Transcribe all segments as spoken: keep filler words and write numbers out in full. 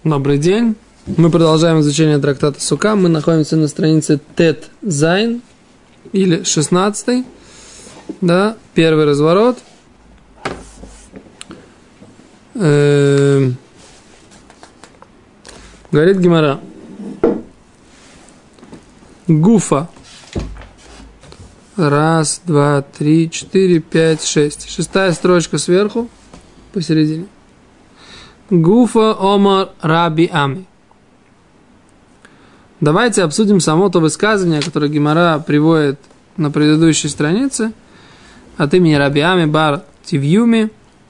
Добрый день. Мы продолжаем изучение трактата Сука. Мы находимся на странице Тет Зайн или шестнадцатой. Да, первый разворот. Э-э- говорит Гемара. Гуфа. Раз, два, три, четыре, пять, шесть. Шестая строчка сверху, посередине. Гуфа Омар Раби Ами. Давайте обсудим само то высказывание, которое Гемара приводит на предыдущей странице от имени Раби Ами бар Тивьюми.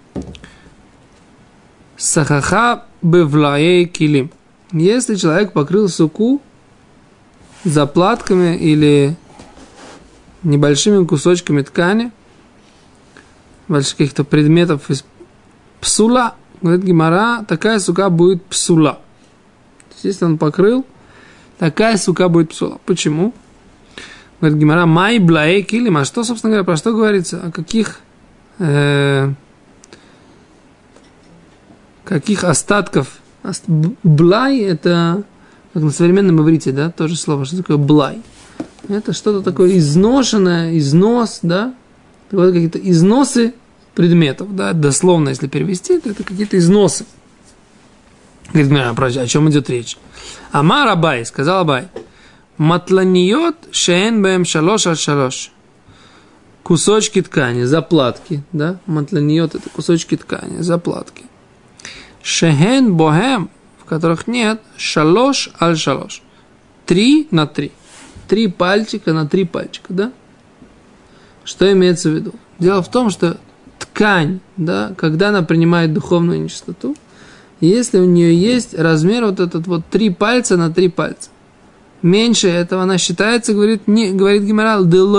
Сахаха бевлаей килим. Если человек покрыл суку заплатками или небольшими кусочками ткани, больших каких-то предметов из псула, говорит Гемара, такая сука будет псула. То есть, если он покрыл, такая сука будет псула. Почему? Говорит Гемара, май блаэ килим. А что, собственно говоря, про что говорится? О каких э, каких остатков? Блай это, как на современном иврите, да, тоже слово, что такое блай? Это что-то такое изношенное, износ, да? Вот какие-то износы предметов, да, дословно, если перевести, то это какие-то износы. Говорит, о чем идет речь? Амар Абай, сказал Абай, матланиот шеен бэм шалош аль шалош. Кусочки ткани, заплатки, да? Матланиот это кусочки ткани, заплатки. Шеен бохем, в которых нет шалош аль шалош. Три на три. Три пальчика на три пальчика, да? Что имеется в виду? Дело в том, что ткань, да, когда она принимает духовную нечистоту, если у нее есть размер вот этот вот три пальца на три пальца, меньше этого она считается, говорит, не, говорит Гемара,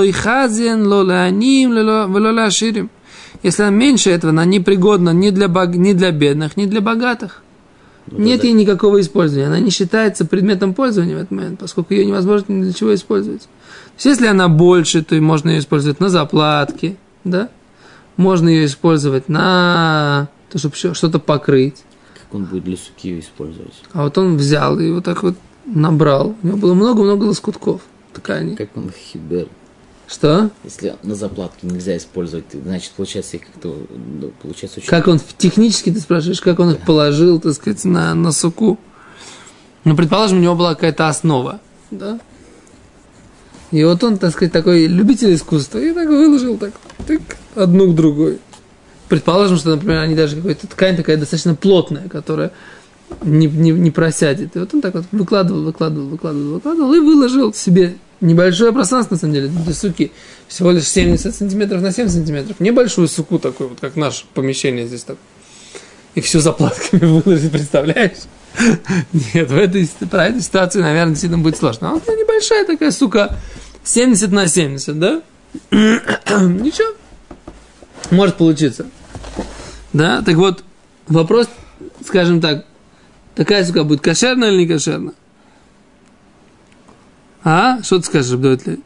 если она меньше этого, она непригодна ни для, бог, ни для бедных, ни для богатых. Ну, нет ей никакого использования. Она не считается предметом пользования в этот момент, поскольку ее невозможно ни для чего использовать. То есть, если она больше, то можно ее использовать на заплатки, да? Можно ее использовать на то, чтобы что-то покрыть. Как он будет для суки использовать? А вот он взял и вот так вот набрал. У него было много-много лоскутков ткани. Как он хибер? Что? Если на заплатке нельзя использовать, значит, получается, как-то, получается очень... Как он, технически ты спрашиваешь, как он их положил, так сказать, на, на суку? Ну, предположим, у него была какая-то основа, да? И вот он, так сказать, такой любитель искусства, и так выложил так, так одну к другой. Предположим, что, например, они даже какая-то ткань такая достаточно плотная, которая не, не, не просядет. И вот он так вот выкладывал, выкладывал, выкладывал, выкладывал и выложил себе небольшое пространство, на самом деле, для суки. Всего лишь семьдесят сантиметров на семь сантиметров. Небольшую суку такую, вот как наше помещение здесь так. И все заплатками выложить, представляешь? Нет, в этой, про эту ситуацию, наверное, действительно будет сложно. А вот небольшая такая сука, семьдесят на семьдесят, да? Ничего. Может получиться. Да, так вот, вопрос, скажем так, такая сука будет кошерна или не кошерна? А? Что ты скажешь, Абдуэль?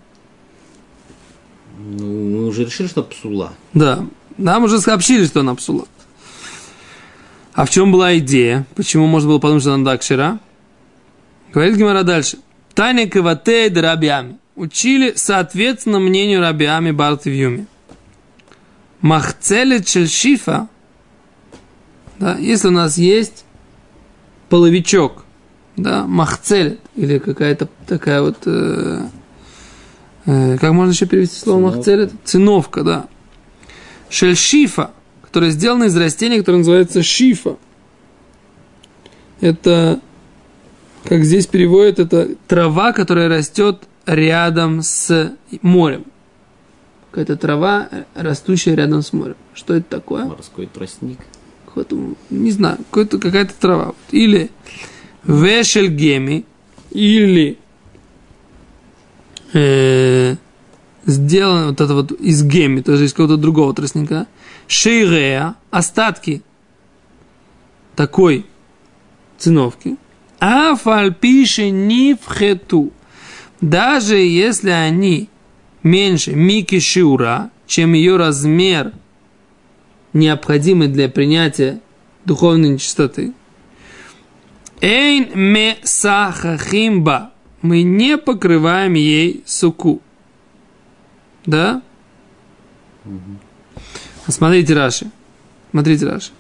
Ну, мы уже решили, что псула. Да. Нам уже сообщили, что она псула. А в чем была идея? Почему можно было подумать, что она дакшира? Говорит Гемара дальше. Таня каватей да Раби Ами. Учили соответственно мнению Раби Ами бар Тивьюми. Махцелет шельшифа. Да, если у нас есть половичок, да, махцелет, или какая-то такая вот, э, э, как можно еще перевести слово Циновка. Махцелет? Циновка, да. Шельшифа, которая сделана из растения, которое называется шифа. Это, как здесь переводят, это трава, которая растет рядом с морем. Какая-то трава, растущая рядом с морем. Что это такое? Морской тростник. Какой-то, не знаю, какой-то, какая-то трава. Или вешельгеми, или э, сделано вот это вот из геми, тоже из какого-то другого тростника. Шейрея, остатки такой циновки. Афальпиши нифхету. Даже если они меньше мики шиура, чем ее размер, необходимый для принятия духовной нечистоты. Эйн месахахимба. Мы не покрываем ей суку. Да? Mm-hmm. Смотрите Раши. Смотрите Раши.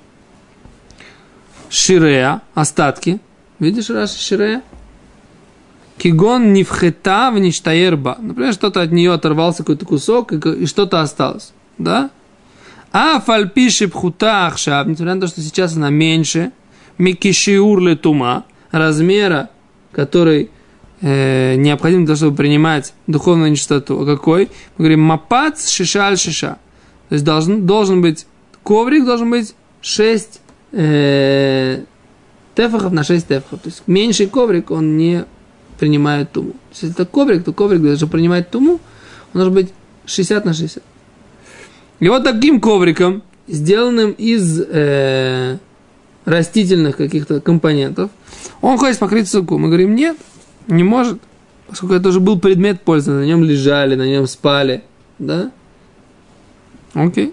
Ширея, остатки. Видишь Раши, ширея? Кигон нивхета вништаерба. Например, что-то от нее оторвался какой-то кусок, и, и что-то осталось. Да? А фальпиши пхута ахшаб, несмотря на то, что сейчас она меньше, микишиур летума, размера, который э, необходим для того, чтобы принимать духовную нечистоту. А какой? Мы говорим мапац шишаль шиша. То есть должен, должен быть коврик, должен быть шесть э, тефахов на шесть тефахов. То есть меньший коврик, он не принимает туму. Если это коврик, то коврик, даже принимает туму, он должен быть шестьдесят на шестьдесят. И вот таким ковриком, сделанным из э, растительных каких-то компонентов, он хочет покрыть суку. Мы говорим, нет, не может, поскольку это уже был предмет пользы, на нем лежали, на нем спали, да? Окей.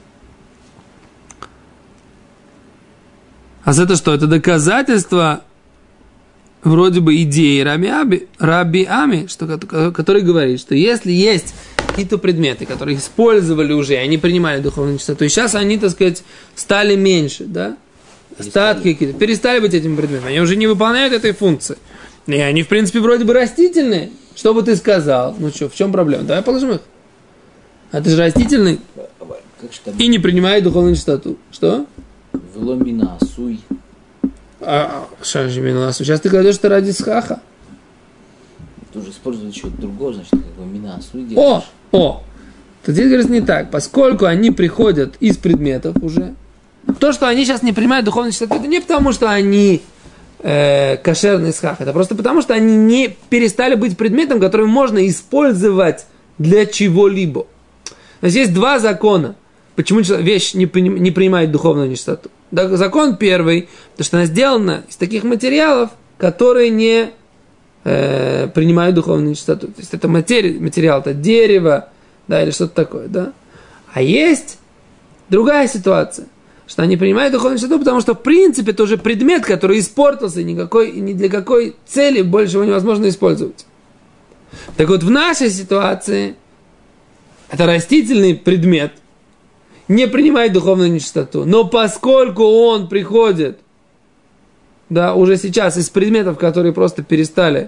А это что? Это доказательство вроде бы идеи Раби, Аби, Раби Ами, что, который говорит, что если есть какие-то предметы, которые использовали уже, они принимали духовную нечистоту, и сейчас они, так сказать, стали меньше, да? Остатки какие-то, перестали быть этим предметом, они уже не выполняют этой функции. И они, в принципе, вроде бы растительные. Что бы ты сказал? Ну что, в чем проблема? Давай положим их. А ты же растительный и не принимает духовную нечистоту. Что? Веломина асуй. А, сейчас ты кладешь это ради схаха. Ты уже использовал что-то другое, значит, как бы мина асуй делаешь. О, о, то здесь говорится не так. Поскольку они приходят из предметов уже, то, что они сейчас не принимают духовную чистоту, это не потому, что они э, кошерный схах, это просто потому, что они не перестали быть предметом, который можно использовать для чего-либо. То есть есть два закона, почему вещь не, не принимает духовную нечистоту. Закон первый, потому что она сделана из таких материалов, которые не э, принимают духовную нечистоту. То есть это матери, материал, это дерево, да, или что-то такое, да. А есть другая ситуация, что они принимают духовную нечистоту, потому что в принципе это уже предмет, который испортился, и никакой, ни для какой цели больше его невозможно использовать. Так вот в нашей ситуации это растительный предмет, не принимает духовную нечистоту. Но поскольку он приходит, да, уже сейчас из предметов, которые просто перестали,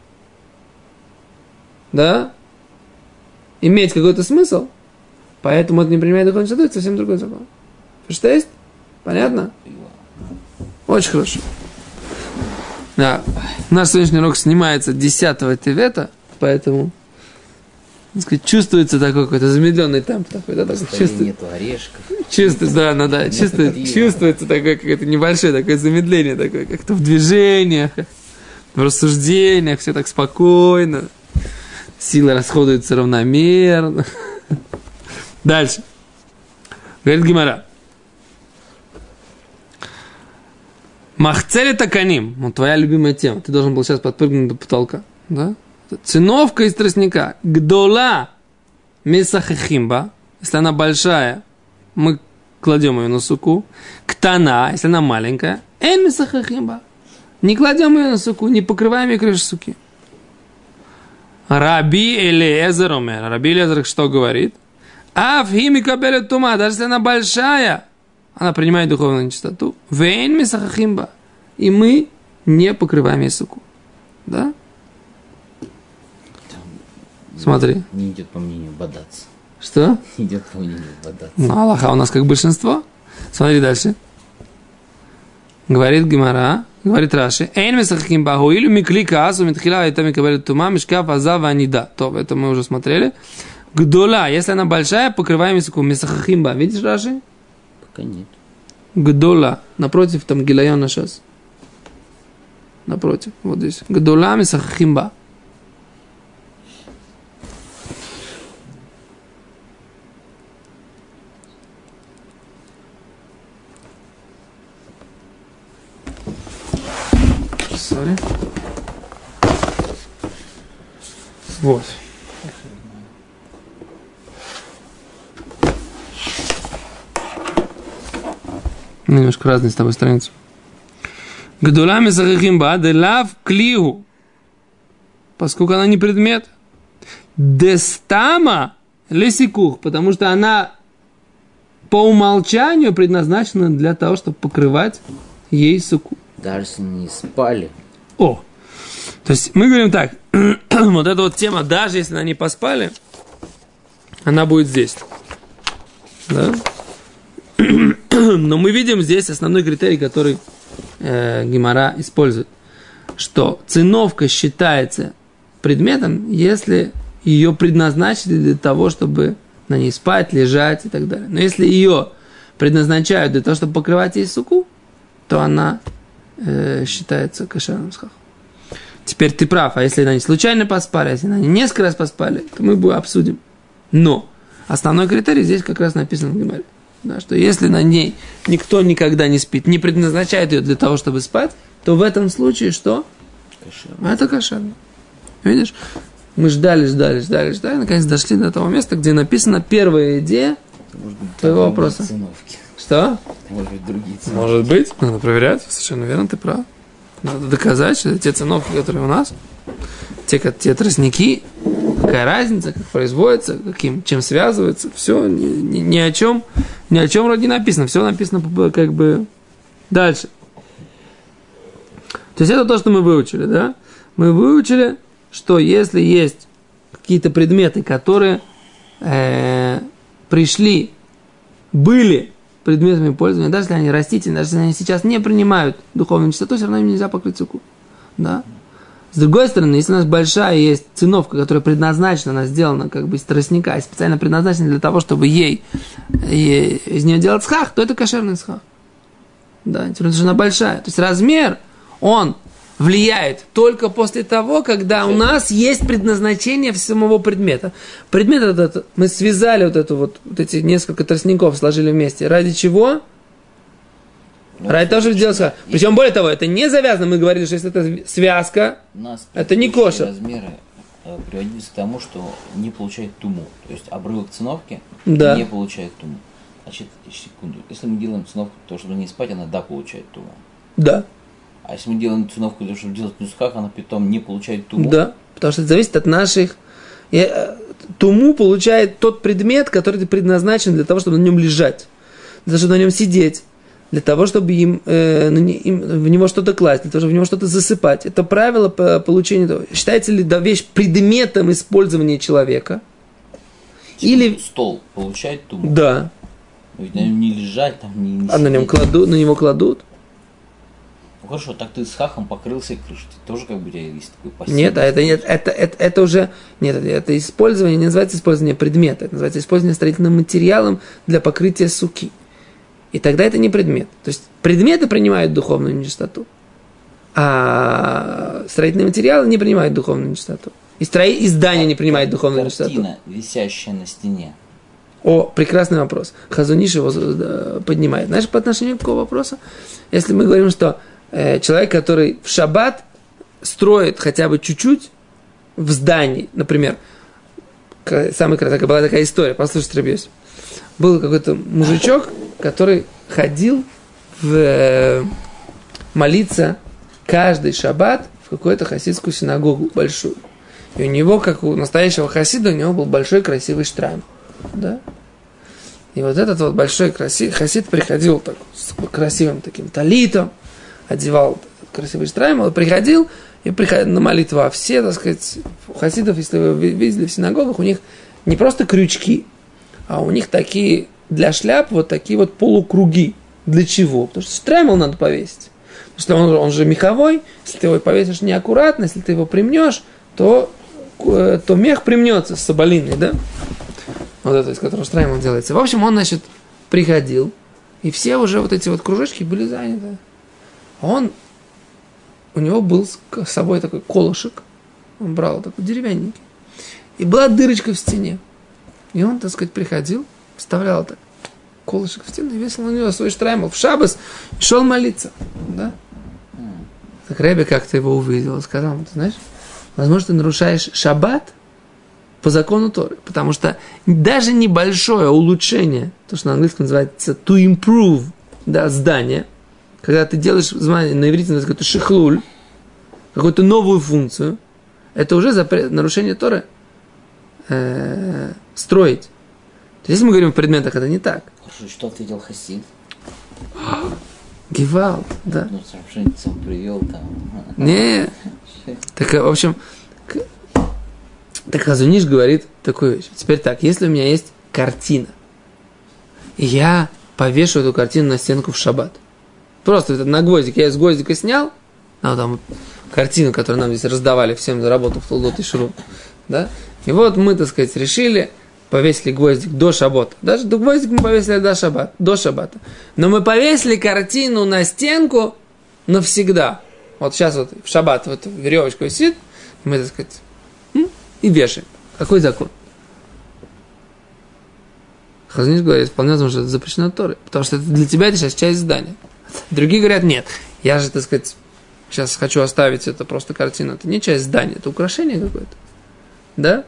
да, иметь какой-то смысл, поэтому это не принимает духовную нечистоту, это совсем другой закон. Verstehst? Понятно? Очень хорошо. Да. Наш сегодняшний урок снимается десятого Тевета, поэтому... Так сказать, чувствуется такой какой-то замедленный темп такой, да, такой, чувствует, нету орешков. Чувствуется, да, ну да, чувствует, чувствуется такое какое-то небольшое такое замедление, такое, как-то в движениях, в рассуждениях, все так спокойно, силы расходуются равномерно. Дальше. Говорит Гемара. Махцели таканим, вот твоя любимая тема, ты должен был сейчас подпрыгнуть до потолка, да? Циновка из тростника. Гдола месахахимба. Если она большая, мы кладем ее на суку. Ктана, если она маленькая. Эн месахахимба. Не кладем ее на суку, не покрываем ее крышу суки. Раби Элиэзер омер. Раби Элиэзер что говорит? Афхими кабелет тума. Даже если она большая, она принимает духовную нечистоту. Вэн месахахимба. И мы не покрываем ее суку. Да? Смотри. Не идет по мнению бодаться. Что? Не идет по мнению бодаться. Ну, Аллаха у нас как большинство. Смотри дальше. Говорит Гемара, говорит Раши. Эйн месахим баху илю миклика асу митхила это микабелет тума мишкаф азава анида. То, это мы уже смотрели. Гдола, если она большая, покрываем месаку. Месахимба, видишь Раши? Пока нет. Гдола, напротив, там гилайон сейчас. Напротив, вот здесь. Гдола месахимба. Sorry. Вот. Немножко разные с тобой страницы. Гдулами сахахимба, делав клигу. Поскольку она не предмет. Дестама лесикух, потому что она по умолчанию предназначена для того, чтобы покрывать ей суку. Даже если не спали. О! То есть мы говорим так, вот эта вот тема, даже если они поспали, она будет здесь. Да? Но мы видим здесь основной критерий, который э, Гемара использует, что циновка считается предметом, если ее предназначили для того, чтобы на ней спать, лежать и так далее. Но если ее предназначают для того, чтобы покрывать ей суку, то она э, считается кошерным схахом. Теперь ты прав, а если они случайно поспали, а если они несколько раз поспали, то мы будем обсудим. Но основной критерий здесь как раз написан в Гемаре. Да, что если на ней никто никогда не спит, не предназначает ее для того, чтобы спать, то в этом случае что? Кошерно. Это кошерно. Видишь? Мы ждали, ждали, ждали, ждали, наконец дошли до того места, где написана первая идея твоего вопроса. Циновки. Что? Может быть, другие циновки. Может быть. Надо проверять. Совершенно верно, ты прав. Надо доказать, что это те циновки, которые у нас, те, как, те тростники, какая разница, как производится, каким, чем связывается, все ни, ни, ни о чем, ни о чем вроде не написано, все написано как бы дальше. То есть это то, что мы выучили, да? Мы выучили, что если есть какие-то предметы, которые э, пришли, были предметами пользования, даже если они растительные, даже если они сейчас не принимают духовную чистоту, все равно им нельзя покрыть суку. Да? С другой стороны, если у нас большая есть циновка, которая предназначена, она сделана как бы из тростника, и специально предназначена для того, чтобы ей, ей из нее делать схах, то это кошерный схах. Да, потому что она большая. То есть размер, он влияет только после того, когда у нас есть предназначение самого предмета. Предмет этот, мы связали вот, эту вот, вот эти несколько тростников, сложили вместе. Ради чего? Ну, ради того, чтобы сделать схах. Причем, более того, это не завязано. Мы говорили, что если это связка, это не кошер. Размеры приводились к тому, что не получает туму. То есть обрывок циновки да. не получает туму. Значит, секунду. Если мы делаем циновку для того, чтобы не спать, она да получает туму. Да. А если мы делаем циновку для того, чтобы делать нусхах, она потом не получает туму? Да, потому что это зависит от наших... Туму получает тот предмет, который предназначен для того, чтобы на нем лежать, для того, чтобы на нем сидеть, для того, чтобы им, э, им в него что-то класть, для того, чтобы в него что-то засыпать. Это правило по получению того. Считается ли да, вещь предметом использования человека? Типа или... Стол получает туму? Да. Ведь на нем не лежать, там не, не А на нем кладут, на него кладут? Хорошо, так ты с хахом покрылся крышей, тоже как бы у тебя есть такой пассив. Нет, а это нет, это, это, это уже, нет, это использование, не называется использование предмета, это называется использование строительным материалом для покрытия суки. И тогда это не предмет. То есть предметы принимают духовную нечистоту, а строительные материалы не принимают духовную нечистоту. И, строи, и здание не принимает духовную нечистоту. Картина, висящая на стене. О, прекрасный вопрос. Хазуниш его поднимает. Знаешь, по отношению к какому вопросу? Если мы говорим, что человек, который в шаббат строит хотя бы чуть-чуть в здании, например, самая такая, была такая история, послушайте, Рабьёси. Был какой-то мужичок, который ходил в, молиться каждый шаббат в какую-то хасидскую синагогу большую. И у него, как у настоящего хасида, у него был большой красивый штрам. Да? И вот этот вот большой красивый хасид приходил так, с красивым таким талитом, одевал красивый штраймл, и приходил, и приходил на молитву. А все, так сказать, у хасидов, если вы видели в синагогах, у них не просто крючки, а у них такие для шляп вот такие вот полукруги. Для чего? Потому что штраймл надо повесить. Потому что он, он же меховой, если ты его повесишь неаккуратно, если ты его примнешь, то, то мех примнется с соболиной, да? Вот это, из которого штраймл делается. В общем, он, значит, приходил, и все уже вот эти вот кружочки были заняты. Он, у него был с собой такой колышек, он брал такой деревянненький, и была дырочка в стене. И он, так сказать, приходил, вставлял так колышек в стену и весил на него свой штраймл в шаббас и шел молиться. Да? Так Ребе как-то его увидел и сказал, ты знаешь, возможно, ты нарушаешь шаббат по закону Торы, потому что даже небольшое улучшение, то, что на английском называется to improve, да, здание, когда ты делаешь, на иврите называется какой-то шихлуль, какую-то новую функцию, это уже запрет, нарушение Торы э, строить. То есть, если мы говорим о предметах, это не так. Хорошо, что ответил хасид? Гевалд, да. Ну, что-нибудь сам привел там. Не. Так, в общем, так Хазуниш говорит такую вещь. Теперь так, если у меня есть картина, и я повешу эту картину на стенку в шаббат. Просто это на гвоздик. Я из гвоздика снял, а там картину, которую нам здесь раздавали всем за работу в Толдот и Шуру. Да? И вот мы, так сказать, решили, повесили гвоздик до шаббата. Даже до гвоздик мы повесили до шаббата, до шаббата. Но мы повесили картину на стенку навсегда. Вот сейчас вот в шаббат вот веревочка висит, мы, так сказать, и вешаем. Какой закон? Хазуниш говорит, вполне возможно, что это запрещено Торой, потому что это для тебя это сейчас часть здания. Другие говорят, нет, я же, так сказать, сейчас хочу оставить это просто картину. Это не часть здания, это украшение какое-то. Да?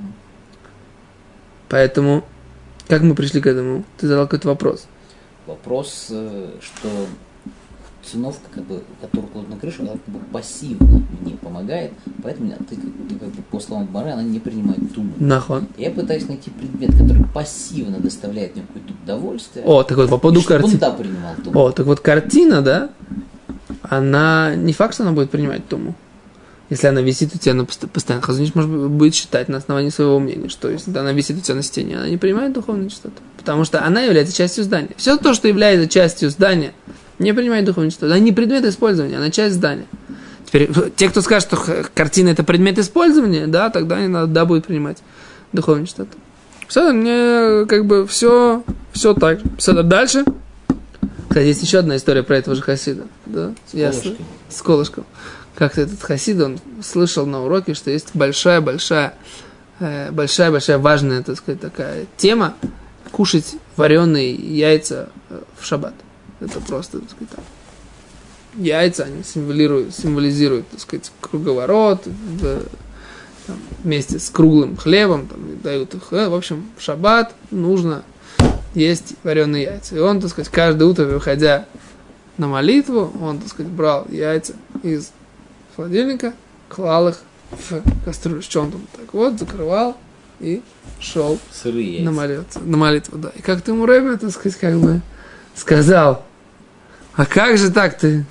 Поэтому, как мы пришли к этому? Ты задал какой-то вопрос. Вопрос, что циновка, как бы, которую кладут на крышу, она как бы пассивно мне помогает, поэтому ты, ты как бы, по словам Гмары, она не принимает туму. Нахон. Я пытаюсь найти предмет, который пассивно доставляет мне какое-то удовольствие. О, так вот, по поводу картины. Он да принимал туму. О, так вот, картина, да, она, не факт, что она будет принимать туму. Если она висит у тебя на постоянно. Хазуниш, может быть, будет считать на основании своего мнения, что если она висит у тебя на стене, она не принимает духовную чистоту. Потому что она является частью здания. Все то, что является частью здания, не принимает духовную чистоту. Она не предмет использования, она часть здания. Теперь, те, кто скажет, что картина это предмет использования, да, тогда не надо, да, будет принимать духовную чистоту. Все, мне как бы все, все так. Все, дальше. Кстати, есть еще одна история про этого же хасида. Да? С колышком. С колышком. Как-то этот хасид, он слышал на уроке, что есть большая-большая, большая-большая важная, так сказать, такая тема кушать вареные яйца в шаббат. Это просто, так сказать, там, яйца, они символизируют, символизируют, так сказать, круговорот, в, там, вместе с круглым хлебом, там, дают их. В общем, в шаббат нужно есть вареные яйца. И он, так сказать, каждое утро, выходя на молитву, он, так сказать, брал яйца из холодильника, клал их в кастрюлю с чем-то. Так вот, закрывал и шел на молитву, на молитву. Да. И как-то ему Ребе, так сказать, как бы сказал, а как же так ты?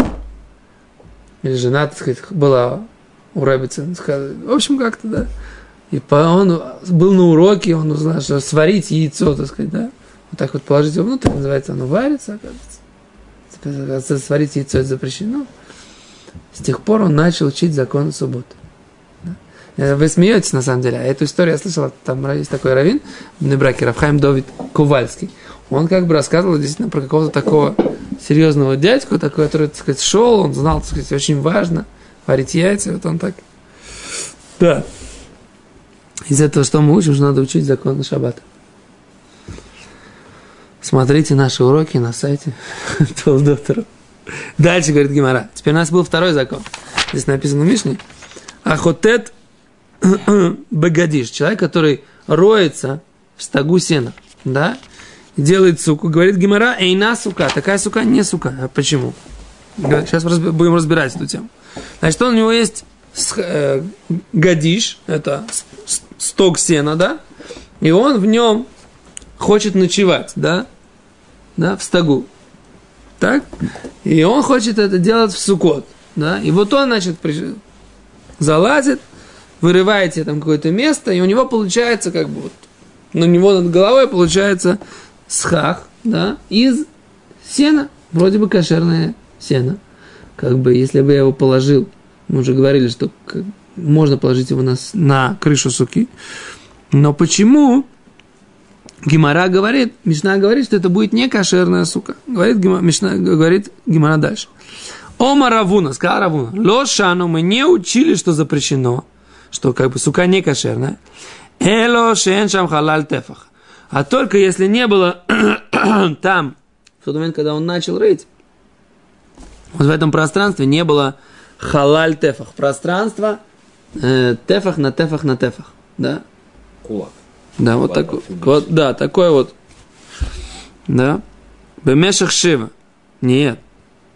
Или жена, так сказать, была у Ребица, в общем, как-то, да. И он был на уроке, он узнал, что сварить яйцо, так сказать, да. Вот так вот положить его внутрь, называется, оно варится, оказывается. Сварить яйцо это запрещено. С тех пор он начал учить законы субботы. Да? Вы смеетесь, на самом деле. А эту историю я слышал, там есть такой раввин в Небраке, Рав Хаим Довид Ковальский. Он как бы рассказывал действительно про какого-то такого серьезного дядьку, такой, который, так сказать, шел, он знал, так сказать, очень важно варить яйца, вот он так. Да. Из этого, что мы учим, что надо учить законы шаббата. Смотрите наши уроки на сайте Толдот.ру. Дальше, говорит Гемара. Теперь у нас был второй закон. Здесь написано в Мишне. Ахотет багадиш. Человек, который роется в стогу сена. Да? И делает суку. Говорит Гемара, эйна сука. Такая сука не сука. А почему? Сейчас будем разбирать эту тему. Значит, он, у него есть э, гадиш. Это стог сена, да? И он в нем хочет ночевать, да? Да, в стогу. Так? И он хочет это делать в Суккот. Да? И вот он, значит, залазит, вырывает себе там какое-то место, и у него получается как бы вот, на него над головой получается схах, да, из сена, вроде бы кошерное сено. Как бы, если бы я его положил, мы уже говорили, что можно положить его на, на крышу суки. Но почему Гемара говорит, Мишна говорит, что это будет не кошерная сука. Говорит Гемара, Мишна говорит Гемара дальше. Ома Равуна, сказал Равуна, лошану, мы не учили, что запрещено, что как бы сука не кошерная. Эло шеншам халаль тефах. А только если не было там, в тот момент, когда он начал рыть, вот в этом пространстве не было халаль тефах. Пространство э, тефах на тефах на тефах. Да? Кулак. Да, вот такой. Вот, да, такой вот. Да. Бемешах шива. Нет.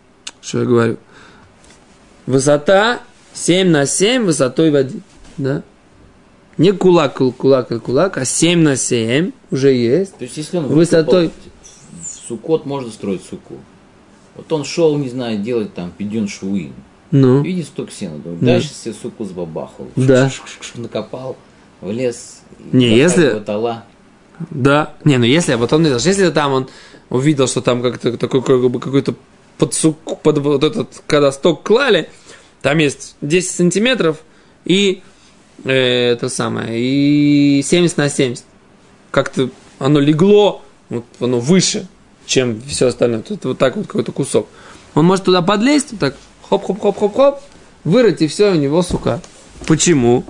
что я говорю. Высота семь на семь высотой воды. Да? Не кулак, кулак и кулак, а семь на семь уже есть. То есть, если он высотой... в сукот можно строить суку. Вот он шел, не знаю, делать там пидюн швуи. Ну. Видит сток сена. Думает, Ну. дальше себе суку сбабахал. Да. Накопал, влез. Не, если... Тала. Да. Не, ну если, а потом, если там он увидел, что там как-то такой как бы какой-то под суку, под вот этот, когда сток клали, там есть десять сантиметров и э, это самое, и семьдесят на семьдесят. Как-то оно легло, вот оно выше, чем все остальное. Тут вот так вот какой-то кусок. Он может туда подлезть, вот так хоп-хоп-хоп-хоп-хоп, вырыть, и все, у него сука. Почему?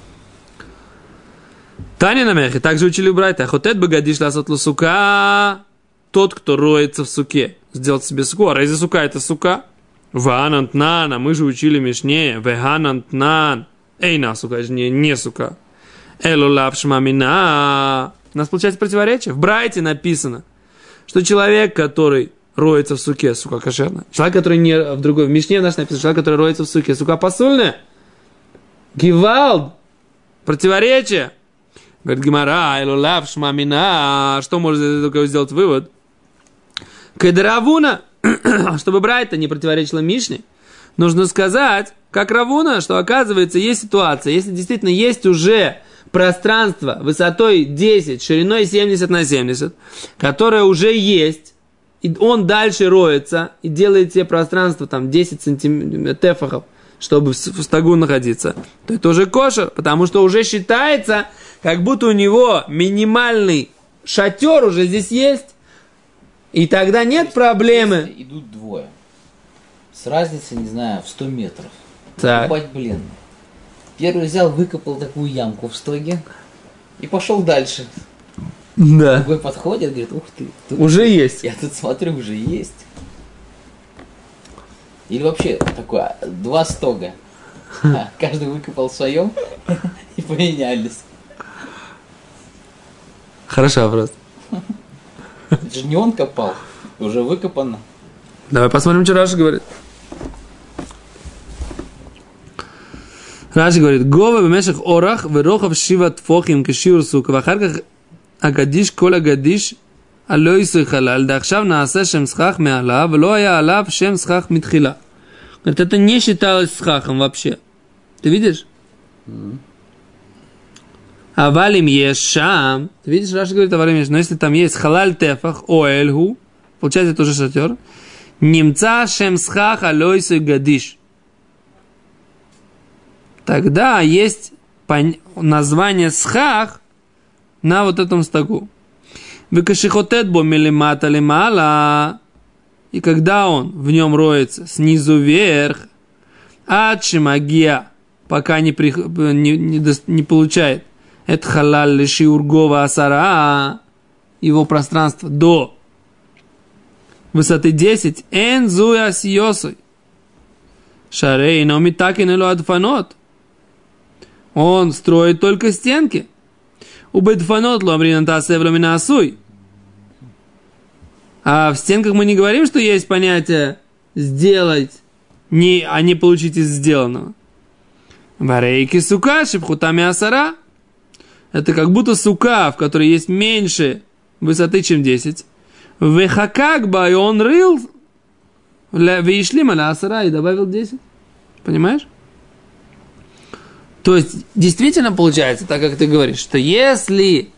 Таня на мехе, также учили брать, ахотет багадиш ласот ласука, тот, кто роется в суке, сделать себе суку. А разве сука это сука? Ваанантнан, а мы же учили мишне, веганантнан, эйна сука, это же не, не сука. Элулав шмамина. У нас получается противоречие. В Брайте написано, что человек, который роется в суке, сука кошерная. Человек, который не в другой, в Мишне наш написано, человек, который роется в суке, сука посульная. Гивалд. Противоречие. Говорит Гемара, элулав шмамина. Что может из этого сделать вывод? Кедеравуна. Чтобы Брайта не противоречила Мишне, нужно сказать, как Равуна, что оказывается есть ситуация, если действительно есть уже пространство высотой десять, шириной семьдесят на семьдесят, которое уже есть, и он дальше роется и делает себе пространство там десять сантиметров тефахов, чтобы в стогу находиться, то это уже кошер, потому что уже считается, как будто у него минимальный шатер уже здесь есть, и тогда нет есть, проблемы. Идут двое, с разницей, не знаю, в сто метров. Так. Выкопать, блин. Первый взял, выкопал такую ямку в стоге и пошел дальше. Да. Другой подходит, говорит, ух ты. Уже есть. Я тут смотрю, уже есть. Или вообще такое, два стога. Каждый выкопал в своем и поменялись. Хороший вопрос. Это же не он копал, уже выкопано. Давай посмотрим, что Раша говорит. Раши говорит, Гова бемешах орах верохав шива тфохим кешиур сука, вахарках агадиш кол агадиш алой сой халаль, да ахшав наасе шем схах меала, вло я алав шем схах митхила. Говорит, это не считалось схахом вообще. Ты видишь? Авалим ешам. Ты видишь, Раши говорит, авалим ешам. Но если там есть халаль тефах, оэльгу, получается, это уже шатер. Немца шем схах алой сой гадиш. Тогда есть название схах на вот этом стогу. Выкашихотетбо милимата лимала. И когда он в нем роется снизу вверх, адшимагия, пока не, при, не, не, не получает это халаль лиши ургова асара, его пространство до высоты десять, энзуя сиосой. Шарей, но ми так и не адфанот. Он строит только стенки. Убедфанот ломринанта севломина асуй. А в стенках мы не говорим, что есть понятие сделать, не, а не получить из сделанного. Варейки сука, шипхутами асара. Это как будто сука, в которой есть меньше высоты, чем десять. Вехакакба, и он рыл, вейшлима ля асара, и добавил десять. Понимаешь? То есть, действительно получается, так как ты говоришь, что если,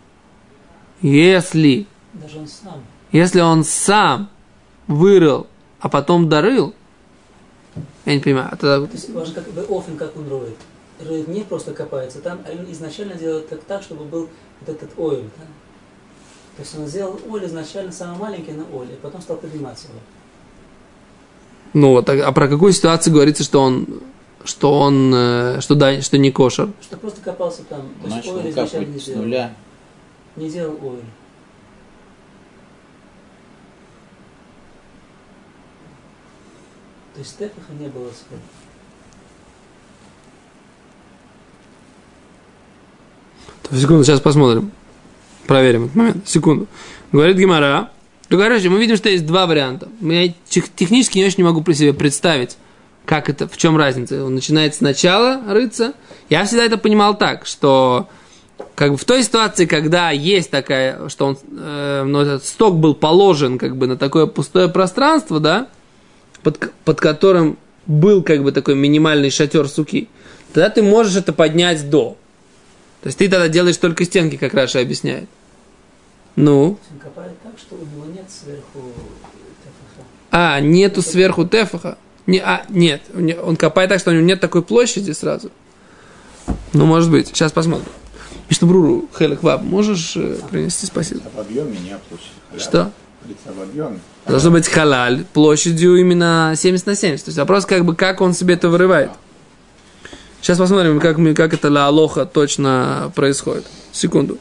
если, даже он сам. если он сам вырыл, а потом дорыл, я не понимаю, тогда... То есть важно, как бы офен, как он роет. Роет не просто копается там, а он изначально делает так, так, чтобы был вот этот ойл. Да? То есть он сделал ойл изначально самый маленький на ойле, и потом стал подниматься его. Ну вот, а про какую ситуацию говорится, что он, что он, что да, что не кошер? Что просто копался там. То есть начал ойл изначально не капать с делал. нуля. Не делал ойл. То есть тефаха не было схода. Секунду, сейчас посмотрим. Проверим этот момент. Секунду. Говорит Гемара, То, короче, мы видим, что есть два варианта. Я технически не очень не могу при себе представить, как это, в чем разница. Он начинает сначала рыться. Я всегда это понимал так, что как бы в той ситуации, когда есть такая, что он, э, ну, этот сток был положен как бы на такое пустое пространство, да, под, под которым был как бы такой минимальный шатер суки, тогда ты можешь это поднять до. То есть ты тогда делаешь только стенки, как Раша объясняет. Ну? Он копает так, что у него нет сверху тефаха. А, нету сверху тефаха. Не, а, нет, он копает так, что у него нет такой площади сразу. Ну, может быть. Сейчас посмотрим. Мишнабруру, Хелек Ваб, можешь э, принести? Спасибо. В объеме не площадь. Что? В объеме. Должно быть халаль площадью именно семьдесят на семьдесят. То есть вопрос, как бы, как он себе это вырывает. Сейчас посмотрим, как, как это ла алоха точно происходит. Секунду.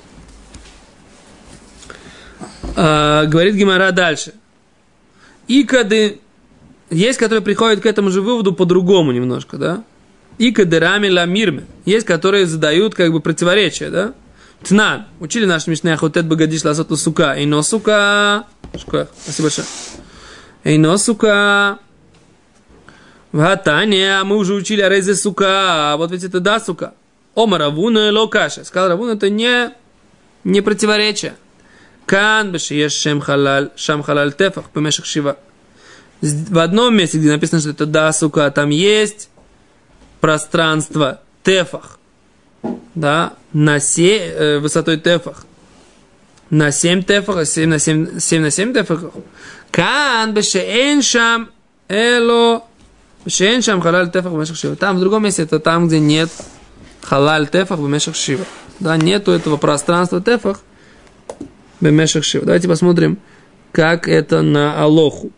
А, говорит Гемара дальше. Икады, есть, которые приходят к этому же выводу по-другому немножко, да? Икады рами ла мирме. Есть, которые задают как бы противоречия, да? Тнан. Учили наш Мишнех хотет багадиш ласоту сука. Эйно сука. Шкоях. Спасибо большое. Эйно сука. Ватания. Мы уже учили арейзе сука. Вот ведь это да сука. Ома Равуна локаша. Сказал Равуна, это не, не противоречие. Кан бешиеш шем халаль. Шам халаль тефах. Помешах шива. В одном месте, где написано, что это да сука, там есть пространство тефах. Да, на семь, э, высотой тефах. На семь тефах, семь на семь, семь на семь тефах. Кан бешеэн шам эло бешеэн шам халаль тефах бемешах шива. Там в другом месте это там, где нет халаль тефах бемешах шива. Да, нету этого пространства тефах бемешах шива. Давайте посмотрим, как это на алоху.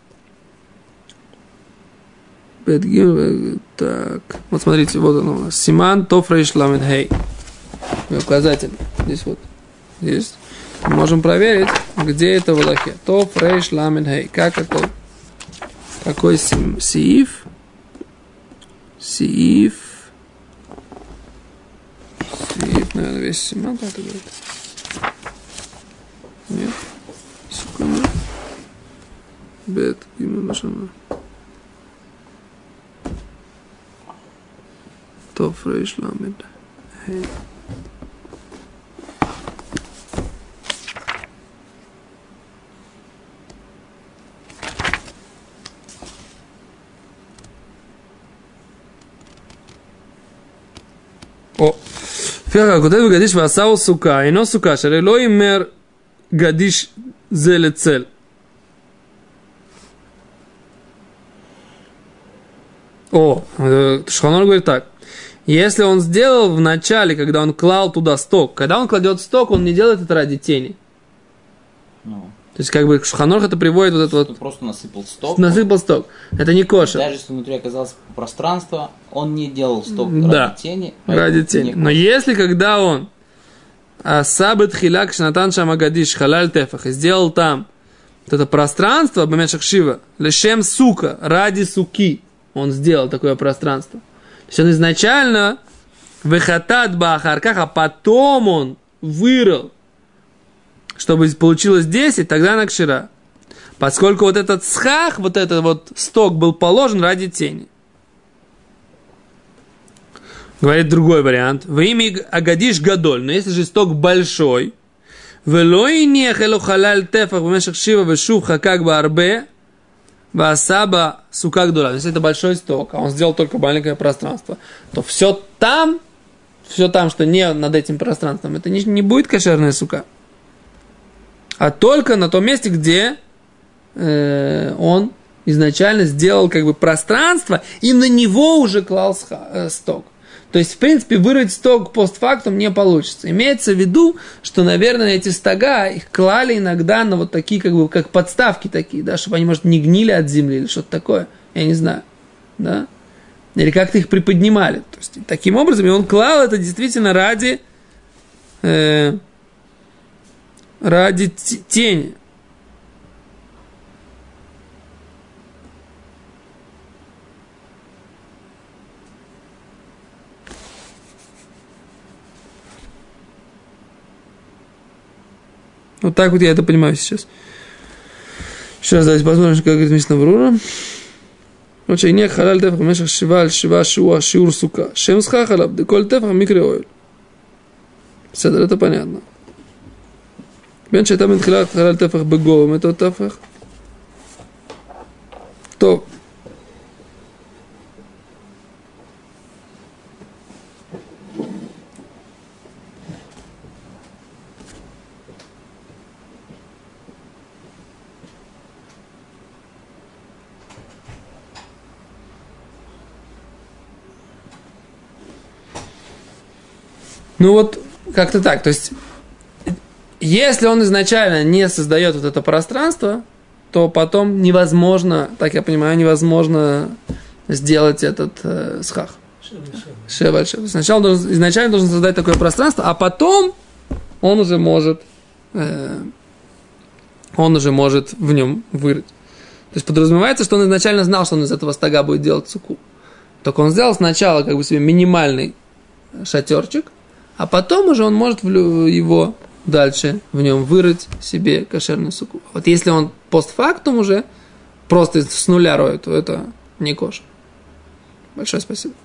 Так, вот смотрите, вот оно у нас. Симан тофрейш ламед хей. Указатель. Здесь вот. Здесь. Мы можем проверить, где это в Алахе. Тофрейш ламед хей. Как какой? Какой сим, сииф? Сииф. Сииф, наверное, весь симан, как это говорит. Нет. Секунду. Бет, гимн машина. Тоф рейш ламед хей. О, фига, куда вы гадиш васау сука, и но сука, шаре ло имер гадиш зеле цель. О, Шханор говорит так. Если он сделал в начале, когда он клал туда сток, когда он кладет сток, он не делает это ради тени. Ну. То есть, как бы, Шханор это приводит вот это вот... Просто насыпал сток. Насыпал сток. Это не кошер. Даже если внутри оказалось пространство, он не делал сток да, ради тени. Ради тени. Но если, когда он Сабет хиляк шнатан шамагадиш халаль тефах сделал там вот это пространство, бамешах шива, лешем сука, ради суки, он сделал такое пространство. То есть он изначально выхатат бахарках, а потом он вырыл, чтобы получилось десять, тогда на кшира. Поскольку вот этот схах, вот этот вот сток был положен ради тени. Говорит другой вариант. Во имя агадиш гадоль, но если же сток большой, велой нехелу халаль тефах бамешах шива вешув хакак баарбе, Васаба сукак дура. Если это большой сток, а он сделал только маленькое пространство, то все там, все там, что не над этим пространством, это не, не будет кошерная сука. А только на том месте, где э, он изначально сделал как бы пространство, и на него уже клал сха, э, сток. То есть, в принципе, вырыть сток постфактум не получится. Имеется в виду, что, наверное, эти стога, их клали иногда на вот такие, как бы, как подставки такие, да, чтобы они, может, не гнили от земли или что-то такое. Я не знаю, да. Или как-то их приподнимали. То есть, таким образом, и он клал это действительно ради, э, ради тени. Вот так вот я это понимаю сейчас. Сейчас давайте посмотрим, как говорит Мишна Брура. Вот шейнех халаль тефах мешах шива аль шива шуа шиур сука. Шем сха халаб, деколь тефах микре ойл. Седер, это понятно. Бен шейта бен тхилат халаль тефах беговым, это тефах. То. Ну вот, как-то так. То есть, если он изначально не создает вот это пространство, то потом невозможно, так я понимаю, невозможно сделать этот э, схах. Шева, шева. Сначала он должен, изначально должен создать такое пространство, а потом он уже может, э, он уже может в нем вырыть. То есть подразумевается, что он изначально знал, что он из этого стога будет делать суку. Только он сделал сначала как бы себе минимальный шатерчик, а потом уже он может его дальше в нем вырыть себе кошерную суку. Вот если он постфактум уже просто с нуля роет, то это не кошер. Большое спасибо.